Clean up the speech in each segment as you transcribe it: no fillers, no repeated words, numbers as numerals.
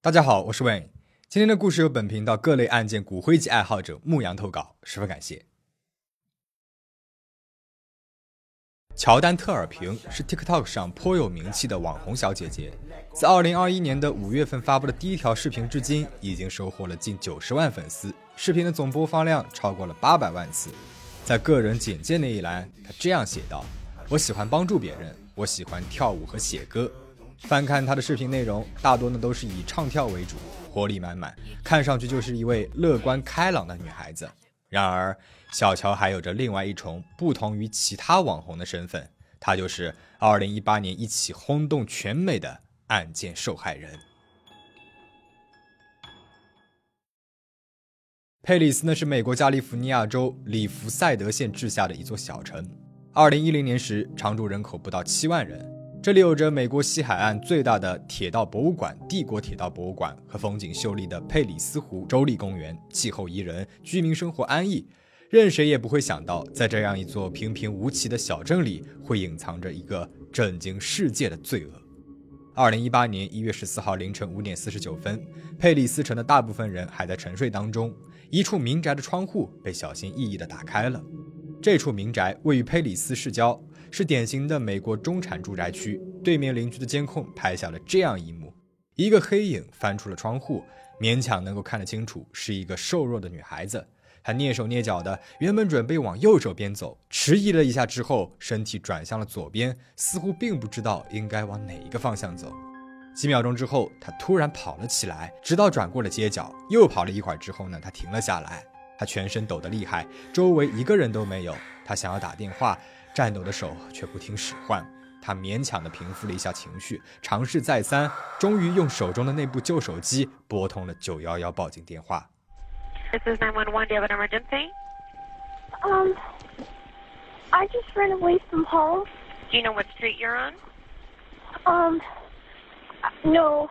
大家好，我是 Wayne。今天的故事由本频道各类案件骨灰级爱好者牧羊投稿，十分感谢。乔丹特尔平是 TikTok 上颇有名气的网红小姐姐，自2021年的5月份发布的第一条视频至今，已经收获了近90万粉丝，视频的总播放量超过了800万次。在个人简介那一栏，她这样写道：我喜欢帮助别人，我喜欢跳舞和写歌。翻看她的视频内容，大多呢都是以唱跳为主，活力满满，看上去就是一位乐观开朗的女孩子。然而小乔还有着另外一重不同于其他网红的身份，她就是2018年一起轰动全美的案件受害人。佩里斯呢是美国加利福尼亚州里弗赛德县治下的一座小城。2010年时，常住人口不到7万人。这里有着美国西海岸最大的铁道博物馆帝国铁道博物馆和风景秀丽的佩里斯湖州立公园，气候宜人，居民生活安逸。任谁也不会想到，在这样一座平平无奇的小镇里，会隐藏着一个震惊世界的罪恶。2018年1月14号凌晨5点49分，佩里斯城的大部分人还在沉睡当中，一处民宅的窗户被小心翼翼地打开了。这处民宅位于佩里斯市郊，是典型的美国中产住宅区。对面邻居的监控拍下了这样一幕：一个黑影翻出了窗户，勉强能够看得清楚是一个瘦弱的女孩子。她蹑手蹑脚的，原本准备往右手边走，迟疑了一下之后，身体转向了左边，似乎并不知道应该往哪一个方向走。几秒钟之后，她突然跑了起来，直到转过了街角。又跑了一会儿之后呢，她停了下来。她全身抖得厉害，周围一个人都没有。她想要打电话，颤抖的手却不听使唤。她勉强地平复了一下情绪，尝试再三，终于用手中的那部旧手机拨通了911报警电话。 This is 911. Do you have an emergency? I just ran away from home. Do you know what street you're on? No.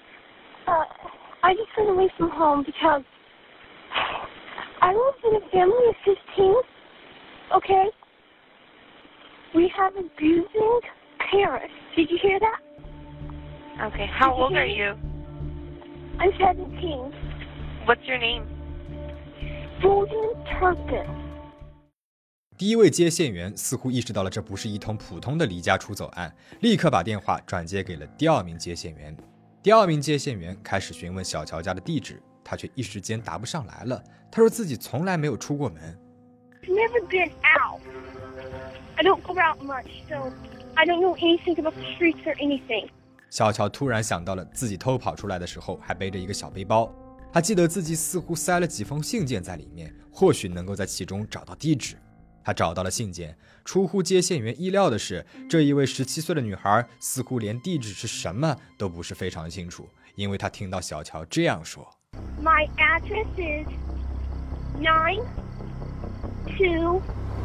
I just ran away from home because I live in a family of 15. Okay? We have abusing parents. Did you hear that? Okay. How old are you? I'm 17. What's your name? Golden Turpin. 第一位接线员似乎意识到了这不是一通普通的离家出走案，立刻把电话转接给了第二名接线员。第二名接线员开始询问小乔家的地址，他却一时间答不上来了。他说自己从来没有出过门。 I've never been out. I don't go out much, so I don't know anything about the streets or anything. 小乔突然想到了自己偷跑出来的时候还背着一个小背包，他记得自己似乎塞了几封信件在里面，或许能够在其中找到地址。他找到了信件，出乎接线员意料的是，这一位17岁的女孩似乎连地址是什么都不是非常清楚，因为她听到小乔这样说 My address is 92574.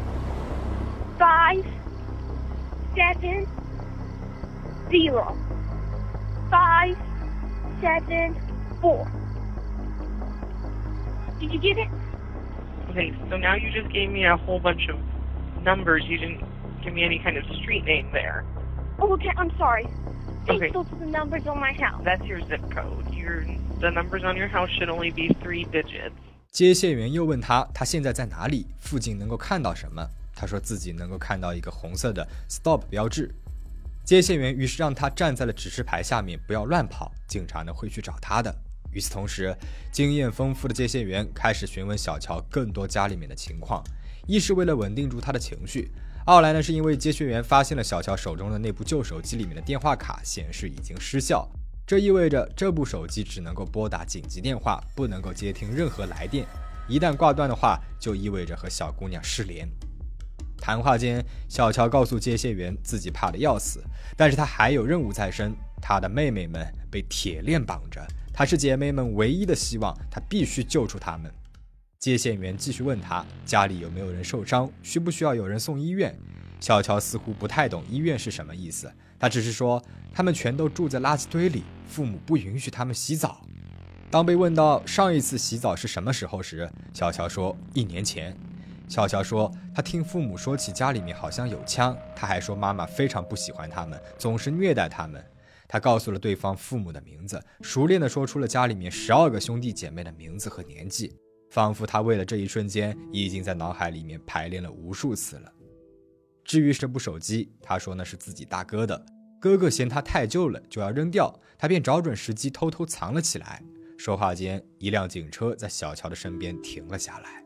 Did you get it? Okay, so now you just gave me a whole bunch of numbers. You didn't give me any kind of street name there. Oh, okay, I'm sorry. Okay. Those are the numbers on my house. That's your zip code. The numbers on your house should only be 3 digits. 接线员又问他现在在哪里，附近能够看到什么。他说自己能够看到一个红色的 stop 标志。接线员于是让他站在了指示牌下面，不要乱跑，警察呢会去找他的。与此同时，经验丰富的接线员开始询问小乔更多家里面的情况，一是为了稳定住他的情绪，二来呢是因为接线员发现了小乔手中的那部旧手机里面的电话卡显示已经失效，这意味着这部手机只能够拨打紧急电话，不能够接听任何来电，一旦挂断的话就意味着和小姑娘失联。谈话间，小乔告诉接线员自己怕得要死，但是他还有任务在身，他的妹妹们被铁链绑着，他是姐妹们唯一的希望，他必须救出她们。接线员继续问他家里有没有人受伤，需不需要有人送医院。小乔似乎不太懂医院是什么意思，他只是说他们全都住在垃圾堆里，父母不允许他们洗澡。当被问到上一次洗澡是什么时候时，小乔说1年前。小乔说他听父母说起家里面好像有枪，他还说妈妈非常不喜欢他们，总是虐待他们。 他告诉了对方父母的名字，熟练地说出了家里面12个兄弟姐妹的名字和年纪，仿佛他为了这一瞬间已经在脑海里面排练了无数次了。至于这部手机，他说那是自己大哥的，哥哥嫌他太旧了就要扔掉，他便找准时机偷偷藏了起来。说话间，一辆警车在小乔的身边停了下来。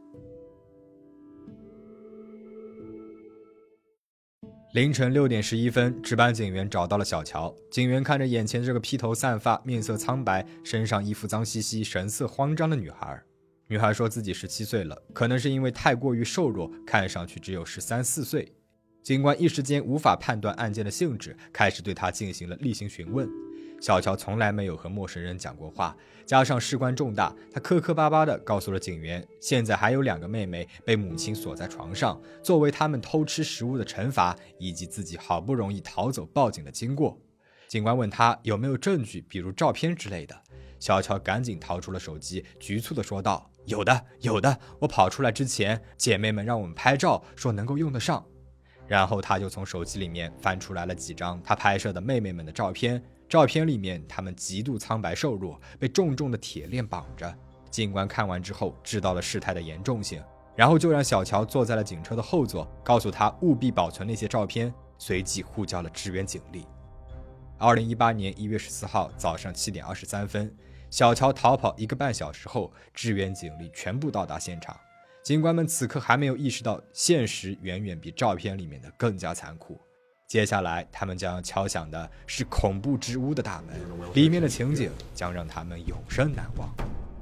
凌晨6点11分，值班警员找到了小乔。警员看着眼前这个披头散发、面色苍白、身上衣服脏兮兮、神色慌张的女孩。女孩说自己17岁了，可能是因为太过于瘦弱，看上去只有13、14岁。警官一时间无法判断案件的性质，开始对她进行了例行询问。小乔从来没有和陌生人讲过话，加上事关重大，他磕磕巴巴地告诉了警员，现在还有2个妹妹被母亲锁在床上，作为他们偷吃食物的惩罚，以及自己好不容易逃走报警的经过。警官问他有没有证据，比如照片之类的。小乔赶紧掏出了手机，局促地说道，有的，我跑出来之前，姐妹们让我们拍照，说能够用得上。然后他就从手机里面翻出来了几张他拍摄的妹妹们的照片，照片里面她们极度苍白瘦弱，被重重的铁链绑着。警官看完之后知道了事态的严重性，然后就让小乔坐在了警车的后座，告诉他务必保存那些照片，随即呼叫了支援警力。2018年1月14号早上7点23分，小乔逃跑1个半小时后，支援警力全部到达现场。警官们此刻还没有意识到现实远远比照片里面的更加残酷。接下来他们将要敲响的是恐怖之屋的大门，里面的情景将让他们永生难忘。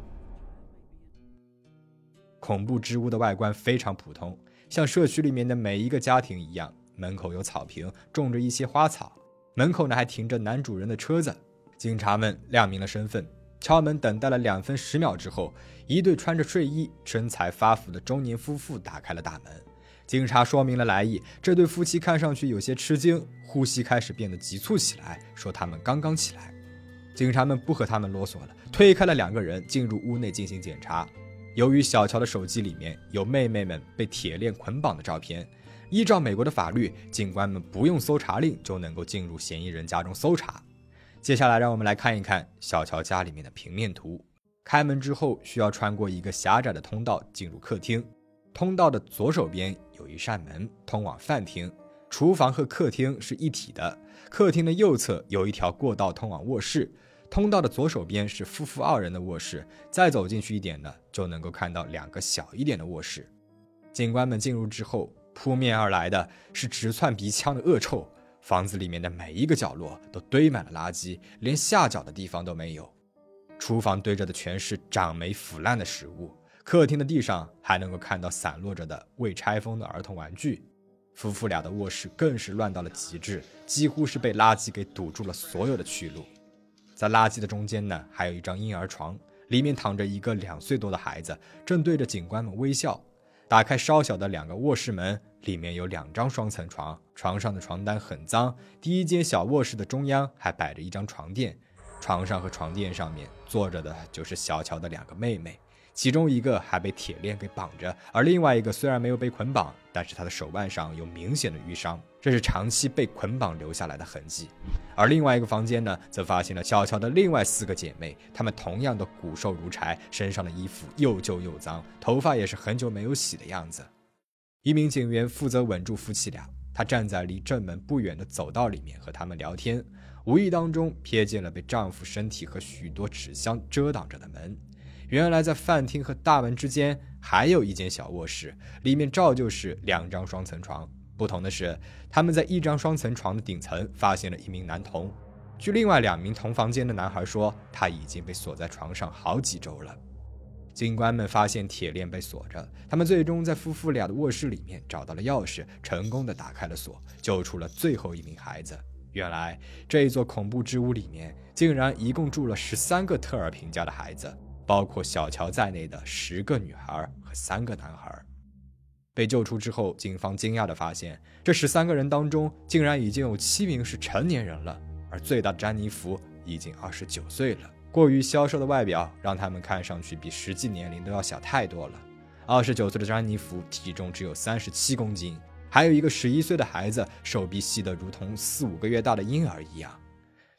恐怖之屋的外观非常普通，像社区里面的每一个家庭一样，门口有草坪，种着一些花草，门口呢还停着男主人的车子。警察们亮明了身份，敲门等待了2分10秒之后，一对穿着睡衣、身材发福的中年夫妇打开了大门。警察说明了来意，这对夫妻看上去有些吃惊，呼吸开始变得急促起来，说他们刚刚起来。警察们不和他们啰嗦了，推开了2个人，进入屋内进行检查。由于小乔的手机里面有妹妹们被铁链捆绑的照片，依照美国的法律，警官们不用搜查令就能够进入嫌疑人家中搜查。接下来让我们来看一看小乔家里面的平面图。开门之后需要穿过一个狭窄的通道进入客厅，通道的左手边有一扇门通往饭厅，厨房和客厅是一体的。客厅的右侧有一条过道通往卧室，通道的左手边是夫妇2人的卧室，再走进去一点呢，就能够看到2个小一点的卧室。警官们进入之后，扑面而来的是直窜鼻腔的恶臭，房子里面的每一个角落都堆满了垃圾，连下脚的地方都没有。厨房堆着的全是长霉腐烂的食物，客厅的地上还能够看到散落着的未拆封的儿童玩具。夫妇俩的卧室更是乱到了极致，几乎是被垃圾给堵住了所有的去路。在垃圾的中间呢，还有一张婴儿床，里面躺着一个2岁多的孩子，正对着警官们微笑。打开稍小的2个卧室门，里面有2张双层床，床上的床单很脏。第一间小卧室的中央还摆着一张床垫，床上和床垫上面坐着的就是小乔的2个妹妹，其中一个还被铁链给绑着，而另外一个虽然没有被捆绑，但是她的手腕上有明显的淤伤，这是长期被捆绑留下来的痕迹。而另外一个房间呢，则发现了小乔的另外4个姐妹，她们同样的骨瘦如柴，身上的衣服又旧又脏，头发也是很久没有洗的样子。一名警员负责稳住夫妻俩，他站在离正门不远的走道里面和他们聊天，无意当中瞥见了被丈夫身体和许多纸箱遮挡着的门。原来在饭厅和大门之间还有一间小卧室，里面照旧是2张双层床，不同的是他们在一张双层床的顶层发现了一名男童。据另外2名同房间的男孩说，他已经被锁在床上好几周了。警官们发现铁链被锁着，他们最终在夫妇俩的卧室里面找到了钥匙，成功的打开了锁，救出了最后一名孩子。原来这一座恐怖之屋里面竟然一共住了13个特尔平家的孩子，包括小乔在内的10个女孩和3个男孩。被救出之后，警方惊讶地发现，这13个人当中竟然已经有7名是成年人了，而最大的詹妮弗已经29岁了。过于消瘦的外表让他们看上去比实际年龄都要小太多了。29岁的詹妮弗体重只有37公斤，还有一个11岁的孩子，手臂细得如同4、5个月大的婴儿一样。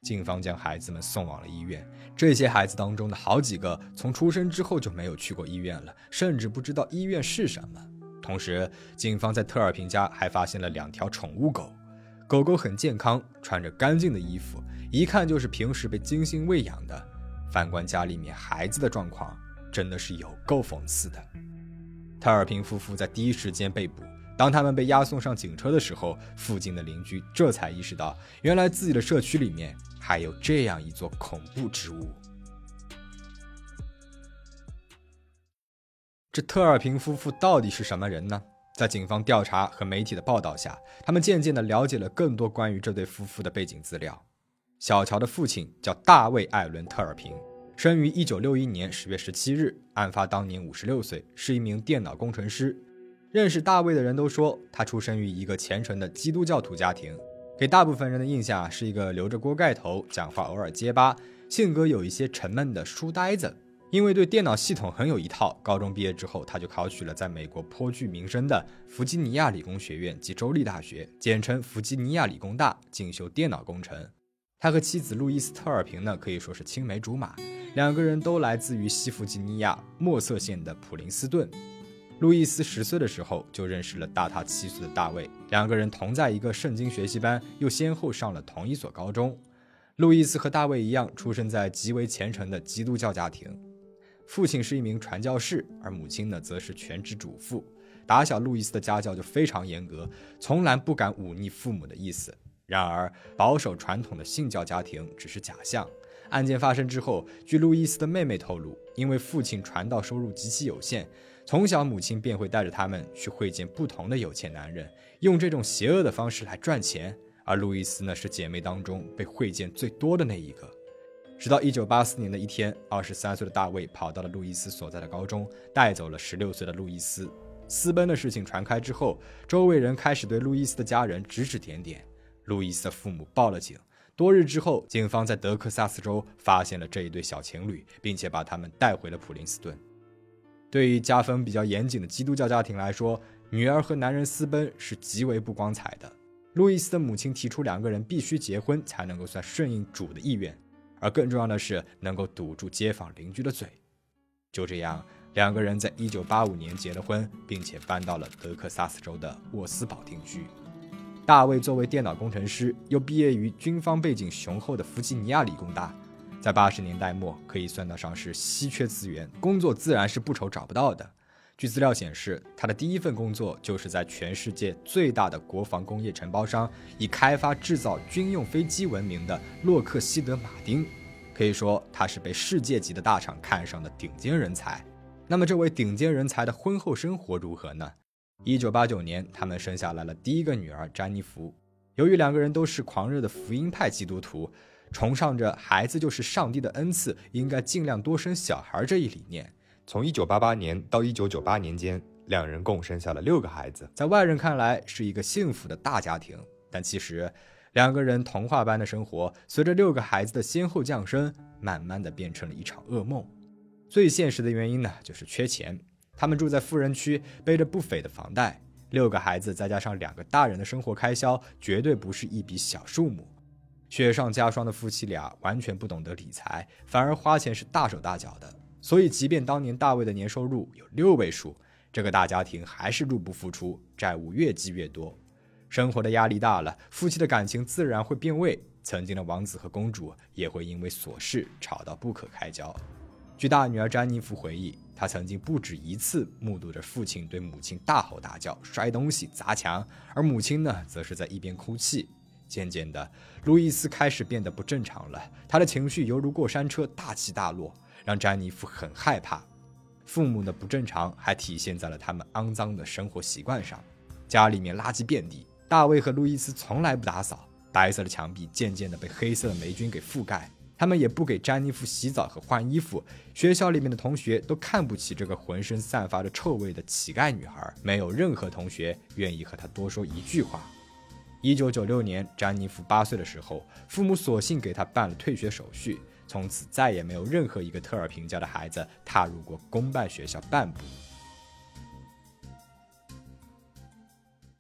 警方将孩子们送往了医院。这些孩子当中的好几个从出生之后就没有去过医院了，甚至不知道医院是什么。同时，警方在特尔平家还发现了2条宠物狗，狗狗很健康，穿着干净的衣服，一看就是平时被精心喂养的。反观家里面孩子的状况，真的是有够讽刺的。特尔平夫妇在第一时间被捕，当他们被押送上警车的时候，附近的邻居这才意识到，原来自己的社区里面还有这样一座恐怖之物。这特尔平夫妇到底是什么人呢？在警方调查和媒体的报道下，他们渐渐地了解了更多关于这对夫妇的背景资料。小乔的父亲叫大卫·艾伦·特尔平，生于1961年10月17日，案发当年56岁，是一名电脑工程师。认识大卫的人都说，他出生于一个虔诚的基督教徒家庭，给大部分人的印象是一个留着锅盖头，讲话偶尔结巴，性格有一些沉闷的书呆子。因为对电脑系统很有一套，高中毕业之后，他就考取了在美国颇具名声的弗吉尼亚理工学院及州立大学，简称弗吉尼亚理工大，进修电脑工程。他和妻子路易斯·特尔平呢，可以说是青梅竹马，两个人都来自于西弗吉尼亚莫瑟县的普林斯顿。路易斯10岁的时候就认识了大他7岁的大卫，两个人同在一个圣经学习班，又先后上了同一所高中。路易斯和大卫一样，出生在极为虔诚的基督教家庭。父亲是一名传教士，而母亲呢，则是全职主妇。打小路易斯的家教就非常严格，从来不敢忤逆父母的意思。然而，保守传统的信教家庭只是假象。案件发生之后，据路易斯的妹妹透露，因为父亲传道收入极其有限，从小母亲便会带着他们去会见不同的有钱男人，用这种邪恶的方式来赚钱。而路易斯呢，是姐妹当中被会见最多的那一个。直到1984年的一天，23岁的大卫跑到了路易斯所在的高中，带走了16岁的路易斯。私奔的事情传开之后，周围人开始对路易斯的家人指指点点。路易斯的父母报了警。多日之后，警方在德克萨斯州发现了这一对小情侣，并且把他们带回了普林斯顿。对于家风比较严谨的基督教家庭来说，女儿和男人私奔是极为不光彩的。路易斯的母亲提出2个人必须结婚才能够算顺应主的意愿，而更重要的是能够堵住街坊邻居的嘴。就这样，2个人在1985年结了婚，并且搬到了德克萨斯州的沃斯堡定居。大卫作为电脑工程师，又毕业于军方背景雄厚的弗吉尼亚理工大，在80年代末可以算得上是稀缺资源，工作自然是不愁找不到的。据资料显示，他的第一份工作就是在全世界最大的国防工业承包商，以开发制造军用飞机闻名的洛克希德马丁。可以说他是被世界级的大厂看上的顶尖人才。那么这位顶尖人才的婚后生活如何呢？1989年，他们生下来了第一个女儿詹妮弗。由于2个人都是狂热的福音派基督徒，崇尚着孩子就是上帝的恩赐，应该尽量多生小孩这一理念。从1988年到1998年间，2人共生下了6个孩子，在外人看来是一个幸福的大家庭，但其实2个人童话般的生活，随着6个孩子的先后降生，慢慢的变成了一场噩梦。最现实的原因呢，就是缺钱。他们住在富人区，背着不菲的房贷，6个孩子再加上2个大人的生活开销，绝对不是一笔小数目。雪上加霜的夫妻俩完全不懂得理财，反而花钱是大手大脚的。所以即便当年大卫的年收入有6位数，这个大家庭还是入不敷出，债务越积越多。生活的压力大了，夫妻的感情自然会变味，曾经的王子和公主也会因为琐事吵到不可开交。据大女儿詹妮弗回忆，她曾经不止一次目睹着父亲对母亲大吼大叫、摔东西、砸墙，而母亲呢，则是在一边哭泣。渐渐的，路易斯开始变得不正常了，他的情绪犹如过山车，大起大落，让詹妮弗很害怕。父母的不正常还体现在了他们肮脏的生活习惯上，家里面垃圾遍地，大卫和路易斯从来不打扫，白色的墙壁渐渐的被黑色的霉菌给覆盖。他们也不给詹妮弗洗澡和换衣服，学校里面的同学都看不起这个浑身散发着臭味的乞丐女孩，没有任何同学愿意和她多说一句话。1996年，詹妮弗8岁的时候，父母索性给她办了退学手续，从此再也没有任何一个特尔平家的孩子踏入过公办学校半步。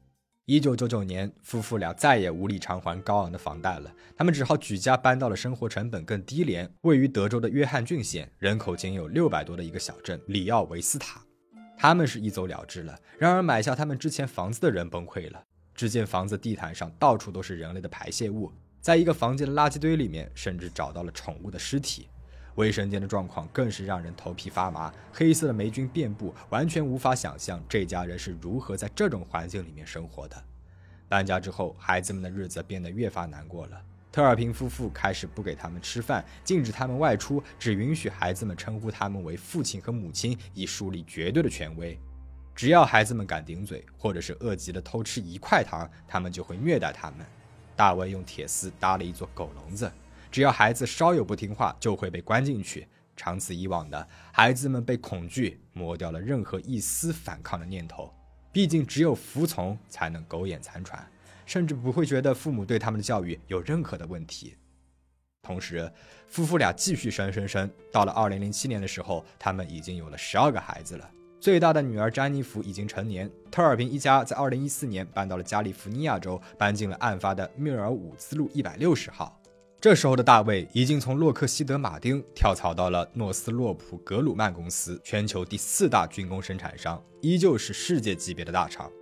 1999年，夫妇俩再也无力偿还高昂的房贷了，他们只好举家搬到了生活成本更低廉、位于德州的约翰郡县，人口仅有600多的一个小镇里奥维斯塔。他们是一走了之了，然而买下他们之前房子的人崩溃了。只见房子地毯上到处都是人类的排泄物，在一个房间的垃圾堆里面，甚至找到了宠物的尸体。卫生间的状况更是让人头皮发麻，黑色的霉菌遍布，完全无法想象这家人是如何在这种环境里面生活的。搬家之后，孩子们的日子变得越发难过了。特尔平夫妇开始不给他们吃饭，禁止他们外出，只允许孩子们称呼他们为父亲和母亲，以树立绝对的权威。只要孩子们敢顶嘴，或者是饿极了偷吃1块糖，他们就会虐待他们。大卫用铁丝搭了一座狗笼子，只要孩子稍有不听话，就会被关进去。长此以往的，孩子们被恐惧磨掉了任何一丝反抗的念头。毕竟只有服从才能苟延残喘，甚至不会觉得父母对他们的教育有任何的问题。同时，夫妇俩继续生，到了2007年的时候，他们已经有了12个孩子了。最大的女儿詹妮弗已经成年，特尔平一家在2014年搬到了加利福尼亚州，搬进了案发的密尔伍兹路160号。这时候的大卫已经从洛克希德马丁跳槽到了诺斯洛普格鲁曼公司，全球第4大军工生产商，依旧是世界级别的大厂。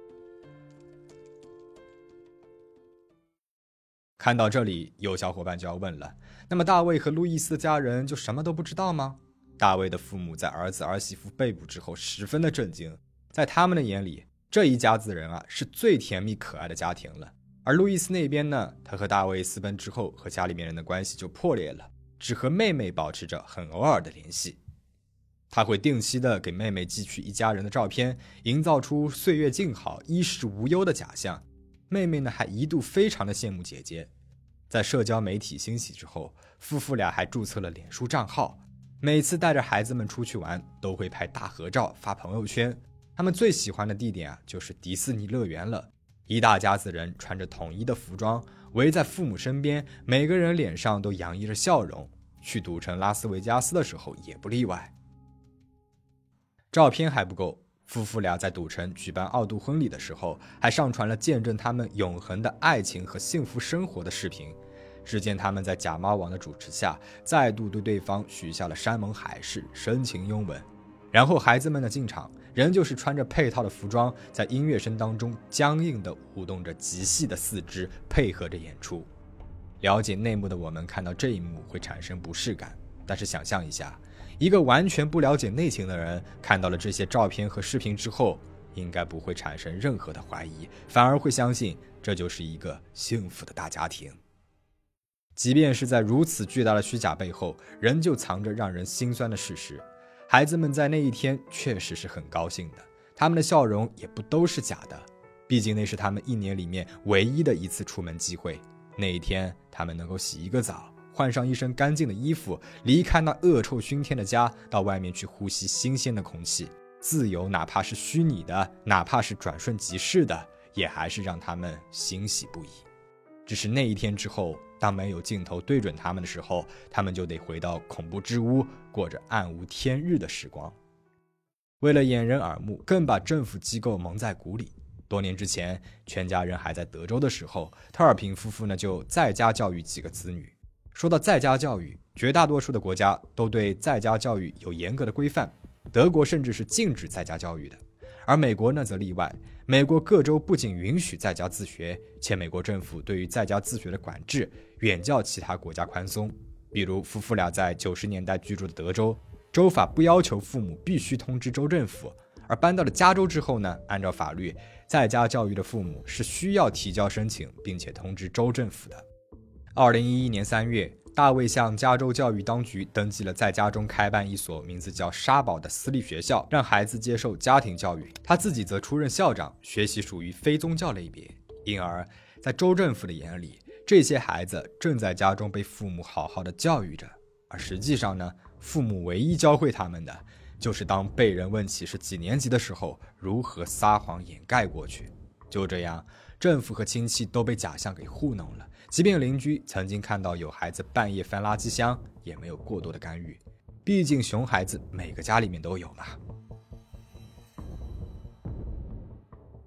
看到这里，有小伙伴就要问了，那么大卫和路易斯的家人就什么都不知道吗？大卫的父母在儿子儿媳妇被捕之后十分的震惊，在他们的眼里，这一家子人是最甜蜜可爱的家庭了。而路易斯那边呢，他和大卫私奔之后，和家里面人的关系就破裂了，只和妹妹保持着很偶尔的联系。他会定期的给妹妹寄去一家人的照片，营造出岁月静好、衣食无忧的假象。妹妹呢，还一度非常的羡慕姐姐。在社交媒体兴起之后，夫妇俩还注册了脸书账号，每次带着孩子们出去玩，都会拍大合照发朋友圈。他们最喜欢的地点就是迪士尼乐园了。一大家子人穿着统一的服装，围在父母身边，每个人脸上都洋溢着笑容。去赌城拉斯维加斯的时候也不例外。照片还不够，夫妇俩在赌城举办2度婚礼的时候，还上传了见证他们永恒的爱情和幸福生活的视频。只见他们在假猫王的主持下，再度对对方许下了山盟海誓，深情拥吻。然后孩子们的进场，仍旧是穿着配套的服装，在音乐声当中僵硬地舞动着极细的四肢，配合着演出。了解内幕的我们看到这一幕会产生不适感，但是想象一下，一个完全不了解内情的人看到了这些照片和视频之后，应该不会产生任何的怀疑，反而会相信这就是一个幸福的大家庭。即便是在如此巨大的虚假背后，仍旧藏着让人心酸的事实。孩子们在那一天确实是很高兴的，他们的笑容也不都是假的，毕竟那是他们1年里面唯一的一次出门机会。那一天，他们能够洗一个澡，换上一身干净的衣服，离开那恶臭熏天的家，到外面去呼吸新鲜的空气。自由哪怕是虚拟的，哪怕是转瞬即逝的，也还是让他们欣喜不已。只是那一天之后，当没有镜头对准他们的时候，他们就得回到恐怖之屋，过着暗无天日的时光。为了掩人耳目，更把政府机构蒙在鼓里。多年之前，全家人还在德州的时候，特尔平夫妇呢就在家教育几个子女。说到在家教育，绝大多数的国家都对在家教育有严格的规范，德国甚至是禁止在家教育的。而美国呢则例外，美国各州不仅允许在家自学，且美国政府对于在家自学的管制远较其他国家宽松。比如夫妇俩在90年代居住的德州，州法不要求父母必须通知州政府，而搬到了加州之后呢，按照法律，在家教育的父母是需要提交申请并且通知州政府的。2011年3月，大卫向加州教育当局登记了在家中开办一所名字叫沙堡的私立学校，让孩子接受家庭教育，他自己则出任校长，学习属于非宗教类别。因而在州政府的眼里，这些孩子正在家中被父母好好的教育着，而实际上呢，父母唯一教会他们的就是当被人问起是几年级的时候，如何撒谎掩盖过去。就这样，政府和亲戚都被假象给糊弄了，即便邻居曾经看到有孩子半夜翻垃圾箱，也没有过多的干预，毕竟熊孩子每个家里面都有嘛。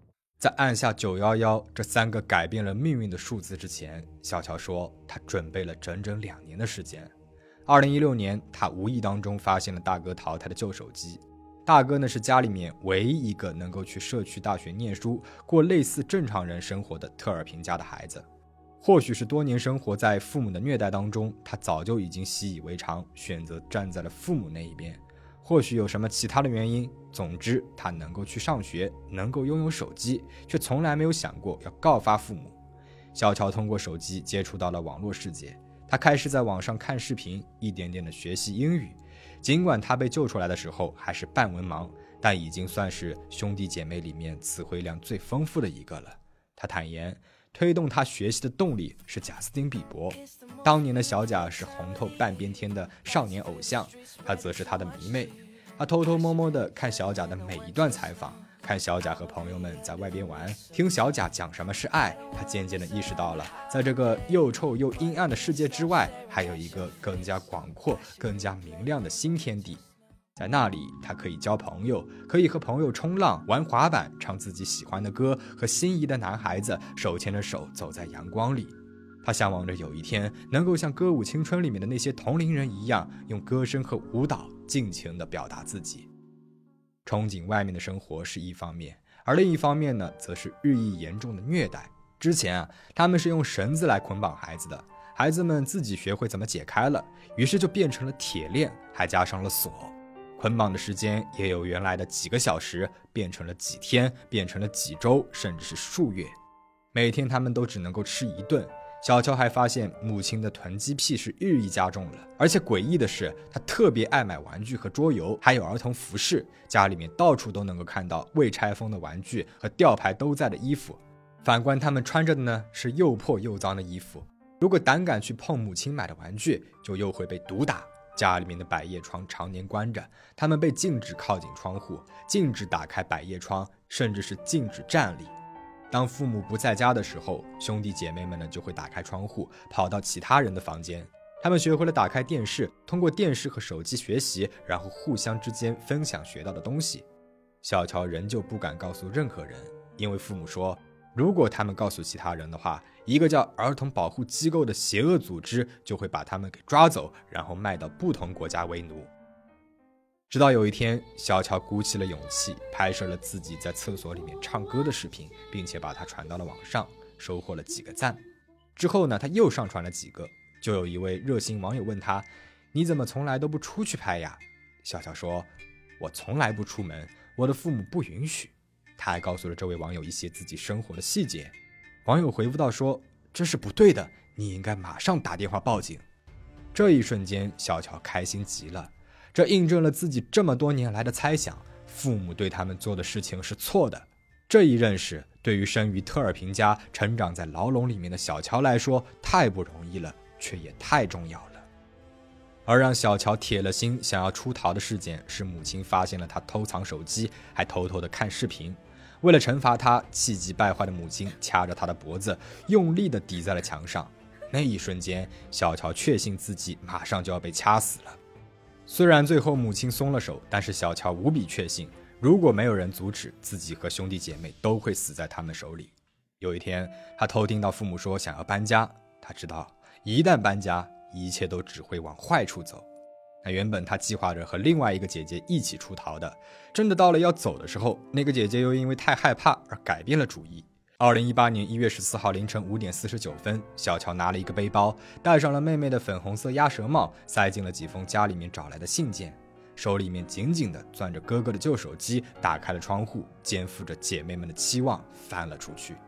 在按下911这3个改变了命运的数字之前，小乔说他准备了整整2年的时间。2016年，他无意当中发现了大哥淘汰的旧手机。大哥呢是家里面唯一一个能够去社区大学念书，过类似正常人生活的特尔平家的孩子。或许是多年生活在父母的虐待当中，他早就已经习以为常，选择站在了父母那一边。或许有什么其他的原因，总之他能够去上学，能够拥有手机，却从来没有想过要告发父母。小乔通过手机接触到了网络世界，他开始在网上看视频，一点点的学习英语。尽管他被救出来的时候还是半文盲，但已经算是兄弟姐妹里面词汇量最丰富的一个了。他坦言，推动他学习的动力是贾斯汀·比伯。当年的小贾是红透半边天的少年偶像，他则是他的迷妹。他偷偷摸摸地看小贾的每一段采访，看小贾和朋友们在外边玩，听小贾讲什么是爱。他渐渐地意识到了，在这个又臭又阴暗的世界之外，还有一个更加广阔、更加明亮的新天地。在那里，他可以交朋友，可以和朋友冲浪、玩滑板，唱自己喜欢的歌，和心仪的男孩子手牵着手走在阳光里。他向往着有一天能够像歌舞青春里面的那些同龄人一样，用歌声和舞蹈尽情地表达自己。憧憬外面的生活是一方面，而另一方面呢，则是日益严重的虐待。之前他们是用绳子来捆绑孩子的，孩子们自己学会怎么解开了，于是就变成了铁链，还加上了锁。捆绑的时间也有原来的几个小时，变成了几天，变成了几周，甚至是数月。每天他们都只能够吃1顿。小乔还发现母亲的囤积癖是日益加重了，而且诡异的是，她特别爱买玩具和桌游，还有儿童服饰，家里面到处都能够看到未拆封的玩具和吊牌都在的衣服。反观他们穿着的呢，是又破又脏的衣服。如果胆敢去碰母亲买的玩具，就又会被毒打。家里面的百叶窗常年关着，他们被禁止靠近窗户，禁止打开百叶窗，甚至是禁止站立。当父母不在家的时候，兄弟姐妹们呢就会打开窗户，跑到其他人的房间。他们学会了打开电视，通过电视和手机学习，然后互相之间分享学到的东西。小乔仍旧不敢告诉任何人，因为父母说，如果他们告诉其他人的话，一个叫儿童保护机构的邪恶组织就会把他们给抓走，然后卖到不同国家为奴。直到有一天，小乔鼓起了勇气，拍摄了自己在厕所里面唱歌的视频，并且把它传到了网上，收获了几个赞。之后呢，他又上传了几个，就有一位热心网友问他，你怎么从来都不出去拍呀？小乔说，我从来不出门，我的父母不允许。他还告诉了这位网友一些自己生活的细节。网友回复到说，这是不对的，你应该马上打电话报警。这一瞬间，小乔开心极了，这印证了自己这么多年来的猜想，父母对他们做的事情是错的。这一认识对于生于特尔平家、成长在牢笼里面的小乔来说太不容易了，却也太重要了。而让小乔铁了心想要出逃的事件是母亲发现了他偷藏手机，还偷偷的看视频。为了惩罚他，气急败坏的母亲掐着他的脖子，用力地抵在了墙上。那一瞬间，小乔确信自己马上就要被掐死了。虽然最后母亲松了手，但是小乔无比确信，如果没有人阻止，自己和兄弟姐妹都会死在他们手里。有一天，他偷听到父母说想要搬家，他知道一旦搬家，一切都只会往坏处走。那原本他计划着和另外一个姐姐一起出逃的，真的到了要走的时候，那个姐姐又因为太害怕而改变了主意。2018年1月14号凌晨5点49分，小乔拿了一个背包，戴上了妹妹的粉红色鸭舌帽，塞进了几封家里面找来的信件，手里面紧紧地攥着哥哥的旧手机，打开了窗户，肩负着姐妹们的期望翻了出去。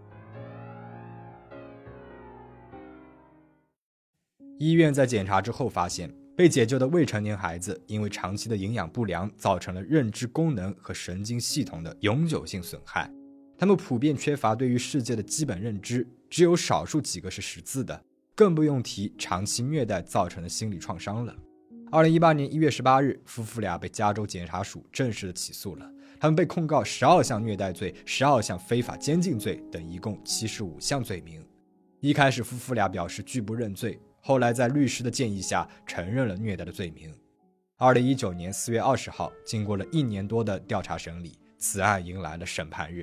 医院在检查之后发现，被解救的未成年孩子因为长期的营养不良，造成了认知功能和神经系统的永久性损害。他们普遍缺乏对于世界的基本认知，只有少数几个是识字的，更不用提长期虐待造成的心理创伤了。2018年1月18日，夫妇俩被加州检察署正式的起诉了，他们被控告12项虐待罪、12项非法监禁罪等一共75项罪名。一开始夫妇俩表示拒不认罪，后来在律师的建议下承认了虐待的罪名。2019年4月20号，经过了1年多的调查审理，此案迎来了审判日。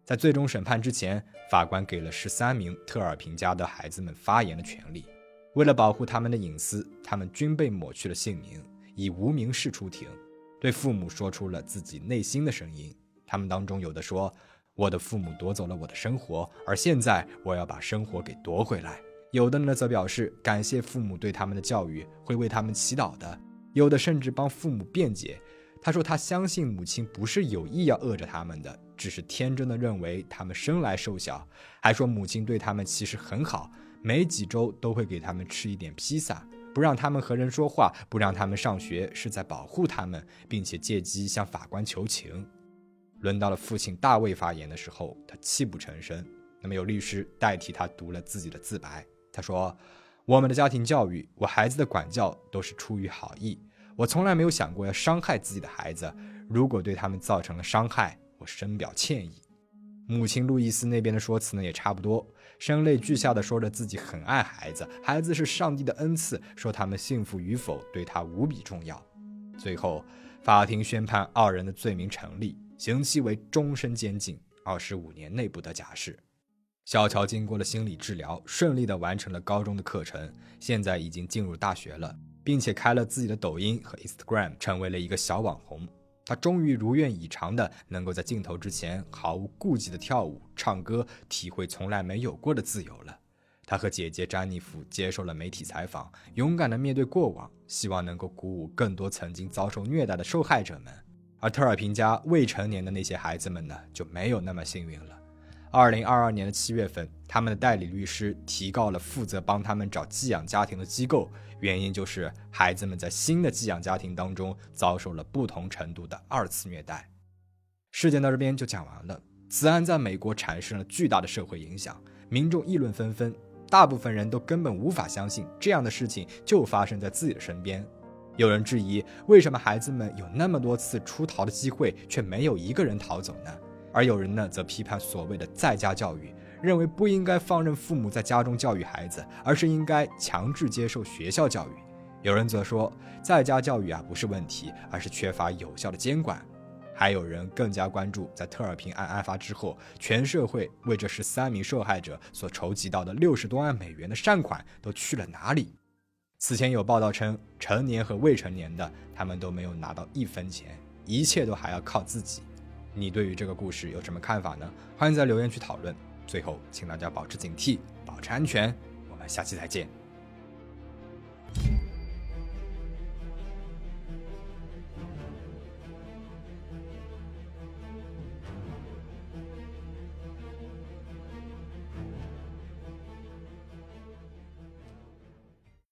在最终审判之前，法官给了13名特尔平家的孩子们发言的权利。为了保护他们的隐私，他们均被抹去了姓名，以无名氏出庭，对父母说出了自己内心的声音。他们当中有的说，我的父母夺走了我的生活，而现在我要把生活给夺回来。有的呢则表示感谢父母对他们的教育，会为他们祈祷的。有的甚至帮父母辩解，他说他相信母亲不是有意要饿着他们的，只是天真的认为他们生来瘦小，还说母亲对他们其实很好，每几周都会给他们吃一点披萨，不让他们和人说话，不让他们上学，是在保护他们，并且借机向法官求情。轮到了父亲大卫发言的时候，他泣不成声。那么有律师代替他读了自己的自白，他说，我们的家庭教育，我孩子的管教都是出于好意，我从来没有想过要伤害自己的孩子，如果对他们造成了伤害，我深表歉意。母亲路易斯那边的说辞呢也差不多，声泪俱下的说着自己很爱孩子，孩子是上帝的恩赐，说他们幸福与否对他无比重要。最后法庭宣判2人的罪名成立，刑期为终身监禁，25年内不得假释。小乔经过了心理治疗，顺利地完成了高中的课程，现在已经进入大学了，并且开了自己的抖音和 Instagram， 成为了一个小网红。他终于如愿以偿的能够在镜头之前毫无顾忌的跳舞、唱歌，体会从来没有过的自由了。他和姐姐詹妮弗接受了媒体采访，勇敢的面对过往，希望能够鼓舞更多曾经遭受虐待的受害者们。而特尔平家未成年的那些孩子们呢，就没有那么幸运了。2022年的7月份，他们的代理律师提告了负责帮他们找寄养家庭的机构，原因就是孩子们在新的寄养家庭当中遭受了不同程度的2次虐待。事件到这边就讲完了。此案在美国产生了巨大的社会影响，民众议论纷纷，大部分人都根本无法相信这样的事情就发生在自己的身边。有人质疑，为什么孩子们有那么多次出逃的机会，却没有一个人逃走呢？而有人呢，则批判所谓的在家教育，认为不应该放任父母在家中教育孩子，而是应该强制接受学校教育。有人则说，在家教育不是问题，而是缺乏有效的监管。还有人更加关注，在特尔平案案发之后，全社会为这13名受害者所筹集到的60多万美元的善款都去了哪里？此前有报道称，成年和未成年的他们都没有拿到1分钱，一切都还要靠自己。你对于这个故事有什么看法呢？欢迎在留言区讨论。最后请大家保持警惕，保持安全，我们下期再见。